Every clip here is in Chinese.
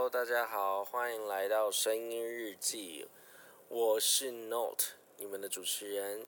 Hello， 大家好，欢迎来到声音日记，我是 Note， 你们的主持人。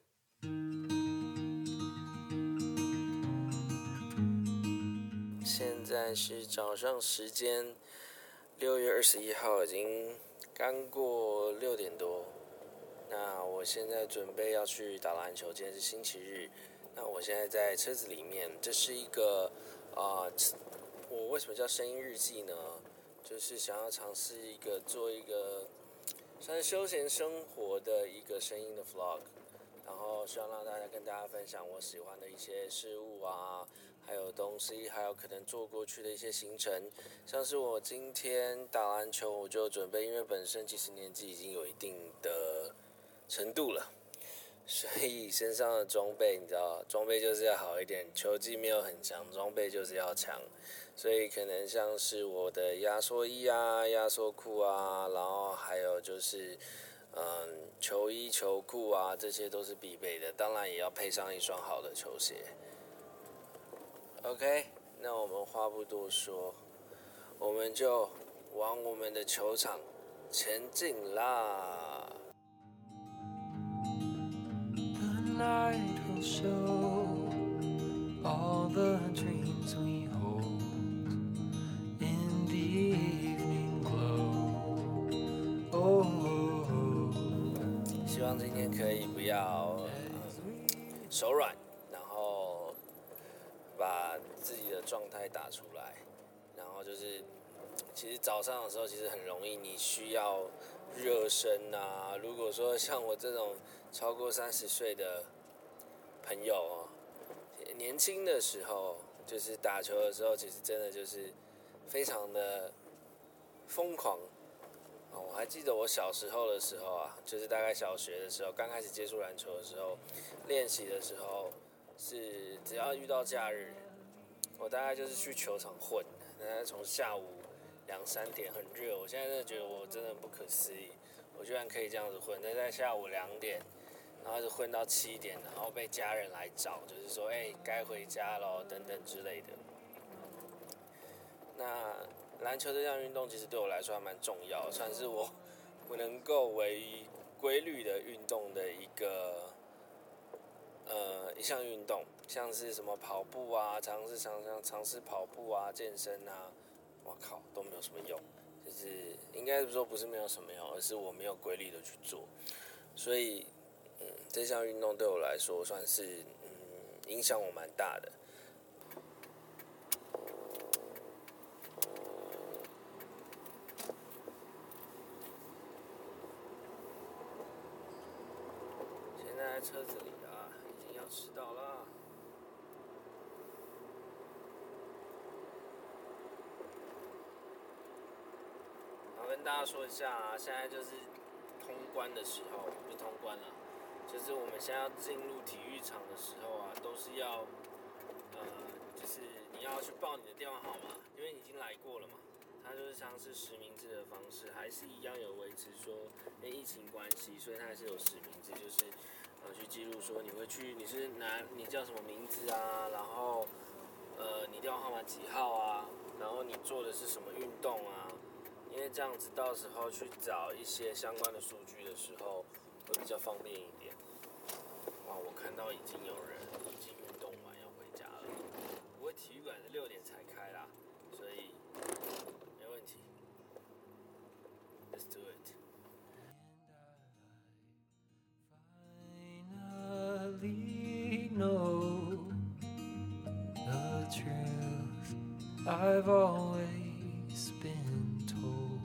现在是早上时间6月21号，已经刚过6点多。那我现在准备要去打篮球，今天是星期日。那我现在在车子里面，这是一个我为什么叫声音日记呢？就是想要尝试做一个算是休闲生活的一个声音的 vlog， 然后希望让跟大家分享我喜欢的一些事物啊，还有东西，还有可能做过去的一些行程。像是我今天打篮球，我就准备，因为本身其实年纪已经有一定的程度了，所以身上的装备你知道，装备就是要好一点，球技没有很强，装备就是要强，所以可能像是我的压缩衣啊、压缩裤啊，然后还有就是球衣、球裤啊，这些都是必备的，当然也要配上一双好的球鞋。OK， 那我们话不多说，我们就往我们的球场前进啦。 Night will show all the dreams we hold in the evening glow. Oh, 希望今天可以不要手软，然后把自己的状态打出来。然后就是，其实早上的时候其实很容易，你需要热身啊。如果说像我这种超过30岁的朋友哦，年轻的时候就是打球的时候，其实真的就是非常的疯狂。我还记得我小时候的时候啊，就是大概小学的时候，刚开始接触篮球的时候，练习的时候，是只要遇到假日，我大概就是去球场混，从下午2-3点很热，我现在真的觉得我真的不可思议，我居然可以这样子混，在下午2点，然后一直混到7点，然后被家人来找，就是说，该回家咯等等之类的。那篮球这项运动其实对我来说还蛮重要，算是我能够为规律的运动的一项运动，像是什么跑步啊，尝试跑步啊，健身啊，我靠都没有什么用，就是应该说不是没有什么用，而是我没有规律的去做，所以这项运动对我来说算是影响我蛮大的。现在在车子里啊，已经要迟到了。我跟大家说一下啊，现在就是通关的时候，不是通关了，就是我们现在要进入体育场的时候啊，都是要就是你要去报你的电话号码，因为你已经来过了嘛。它就是像是实名制的方式，还是一样有维持说，因为疫情关系，所以它还是有实名制，就是去记录说你叫什么名字啊，然后你电话号码几号啊，然后你做的是什么运动啊，因为这样子到时候去找一些相关的数据的时候会比较方便一点。哇，我看到已经有人已经运动完要回家了，不过体育馆是6点才开啦，所以没问题。Let's do it. finally know the truth I've always been told.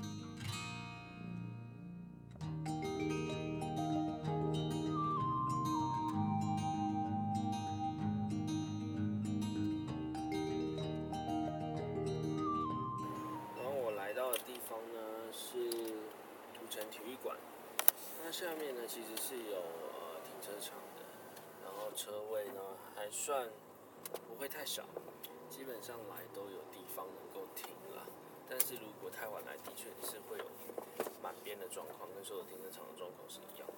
地方呢是土城体育馆，那下面呢其实是有停车场的，然后车位呢还算不会太少，基本上来都有地方能够停啦。但是如果太晚来，的确是会有满编的状况，跟所有停车场的状况是一样的。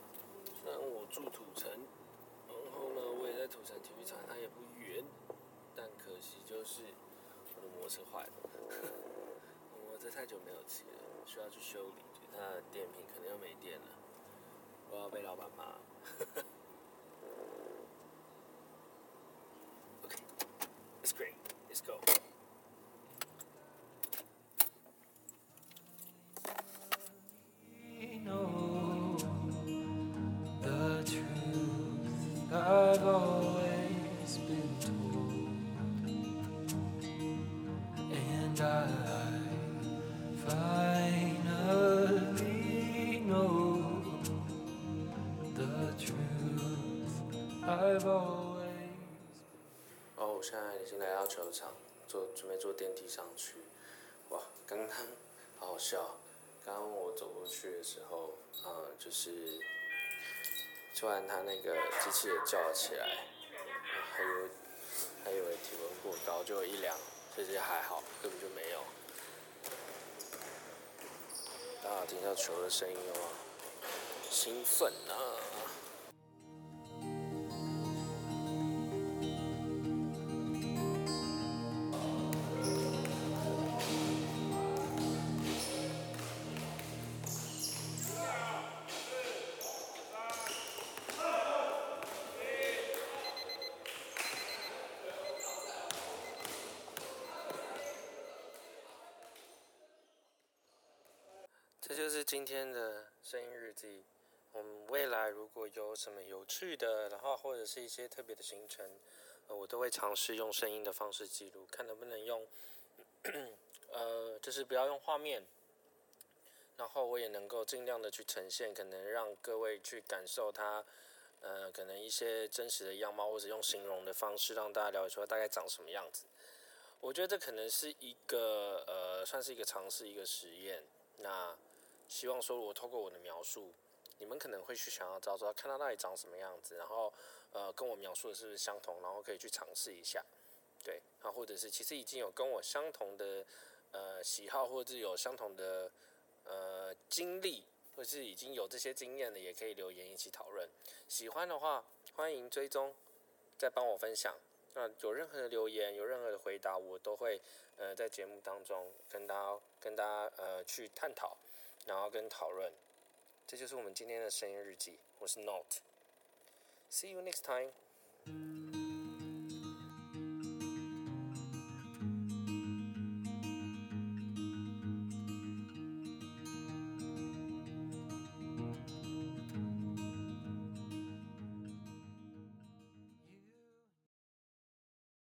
虽然我住土城，然后呢我也在土城体育场，它也不远。 车坏了，我这太久没有骑了，需要去修理，它的电瓶可能又没电了，我要被老板骂。OK, it's great, let's go. Know the truth I've always been told, and I finally know the truth I've always. 我现在已经来到球场，准备坐电梯上去。哇，刚刚好好笑。刚刚我走过去的时候，就是突然他那个机器也叫了起来，还以为体温过高，就有一量，其实还好，根本就没有。大家听到球的声音了吗？兴奋啊！这就是今天的声音日记。我们未来如果有什么有趣的，然后或者是一些特别的行程，我都会尝试用声音的方式记录，看能不能用，就是不要用画面，然后我也能够尽量的去呈现，可能让各位去感受它，可能一些真实的样貌，或者用形容的方式让大家了解说大概长什么样子。我觉得这可能是一个算是一个尝试，一个实验。那希望说，我透过我的描述，你们可能会去想要找看到到底长什么样子，然后跟我描述的是不是相同，然后可以去尝试一下，对，或者是其实已经有跟我相同的喜好，或者是有相同的经历，或者是已经有这些经验的，也可以留言一起讨论。喜欢的话，欢迎追踪，再帮我分享。那有任何的留言，有任何的回答，我都会在节目当中跟大家去探讨，然后跟讨论。这就是我们今天的声音日记，我是 Note，See you next time.